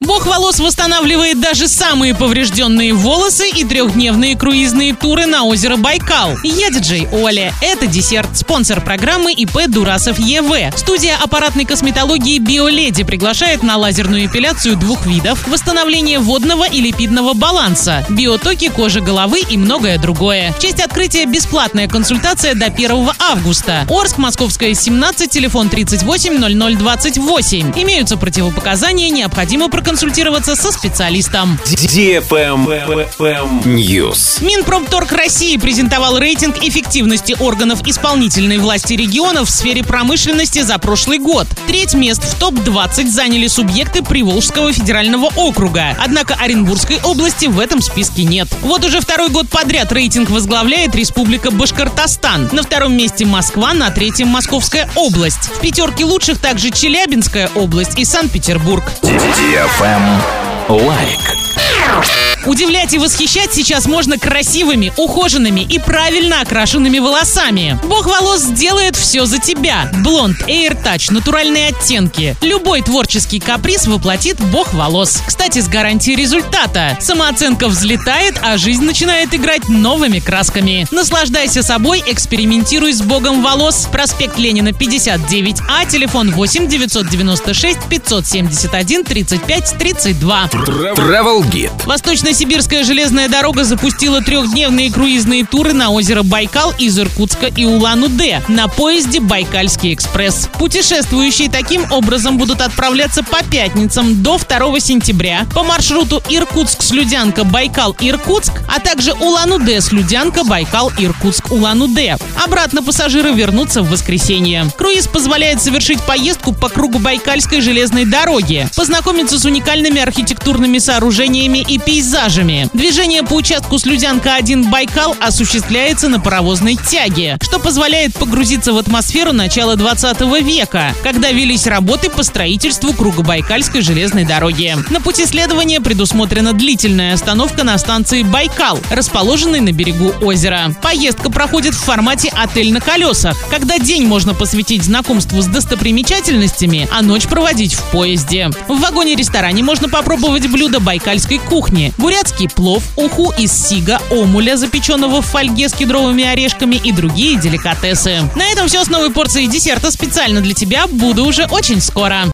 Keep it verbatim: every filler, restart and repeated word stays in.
Бог волос восстанавливает даже самые поврежденные волосы и трехдневные круизные туры на озеро Байкал. Я диджей Оля. Это десерт. Спонсор программы ИП Дурасов ЕВ. Студия аппаратной косметологии Биоледи приглашает на лазерную эпиляцию двух видов, восстановление водного и липидного баланса, биотоки кожи головы и многое другое. В честь открытия бесплатная консультация до первого августа. Орск, Московская, семнадцать, телефон тридцать восемь ноль ноль двадцать восемь. Имеются противопоказания, необходимо проконсультироваться со специалистом. News. Минпромторг России презентовал рейтинг эффективности органов исполнительной власти регионов в сфере промышленности за прошлый год. Треть мест в топ двадцать заняли субъекты Приволжского федерального округа. Однако Оренбургской области в этом списке нет. Вот уже второй год подряд рейтинг возглавляет Республика Башкортостан. На втором месте Москва, на третьем Московская область. В пятерке лучших также Челябинская область и Санкт-Петербург. Лайк. Удивлять и восхищать сейчас можно красивыми, ухоженными и правильно окрашенными волосами. Бог волос сделает все за тебя. Блонд, эйр-тач, натуральные оттенки. Любой творческий каприз воплотит Бог волос. Кстати, с гарантией результата. Самооценка взлетает, а жизнь начинает играть новыми красками. Наслаждайся собой, экспериментируй с Богом волос. Проспект Ленина, пятьдесят девять А, телефон восемь девятьсот девяносто шесть пятьсот семьдесят один тридцать пять тридцать два. Travel Guide. Восточно-сибирская железная дорога запустила трехдневные круизные туры на озеро Байкал из Иркутска и Улан-Удэ на поезде «Байкальский экспресс». Путешествующие таким образом будут отправляться по пятницам до второго сентября по маршруту Иркутск-Слюдянка, Байкал-Иркутск, а также Улан-Удэ, Слюдянка, Байкал, Иркутск, Улан-Удэ. Обратно пассажиры вернутся в воскресенье. Круиз позволяет совершить поездку по кругу Байкальской железной дороги, познакомиться с уникальными архитектурными сооружениями и пейзажами. Движение по участку Слюдянка один Байкал осуществляется на паровозной тяге, что позволяет погрузиться в атмосферу начала двадцатого века, когда велись работы по строительству Кругобайкальской железной дороги. На пути следования предусмотрена длительная остановка на станции Байкал, расположенной на берегу озера. Поездка проходит в формате «отель на колесах», когда день можно посвятить знакомству с достопримечательностями, а ночь проводить в поезде. В вагоне-ресторане можно попробовать блюда байкальской кухни: бурятский плов, уху из сига, омуля, запеченного в фольге с кедровыми орешками, и другие деликатесы. На этом все с новой порцией десерта специально для тебя. Буду уже очень скоро.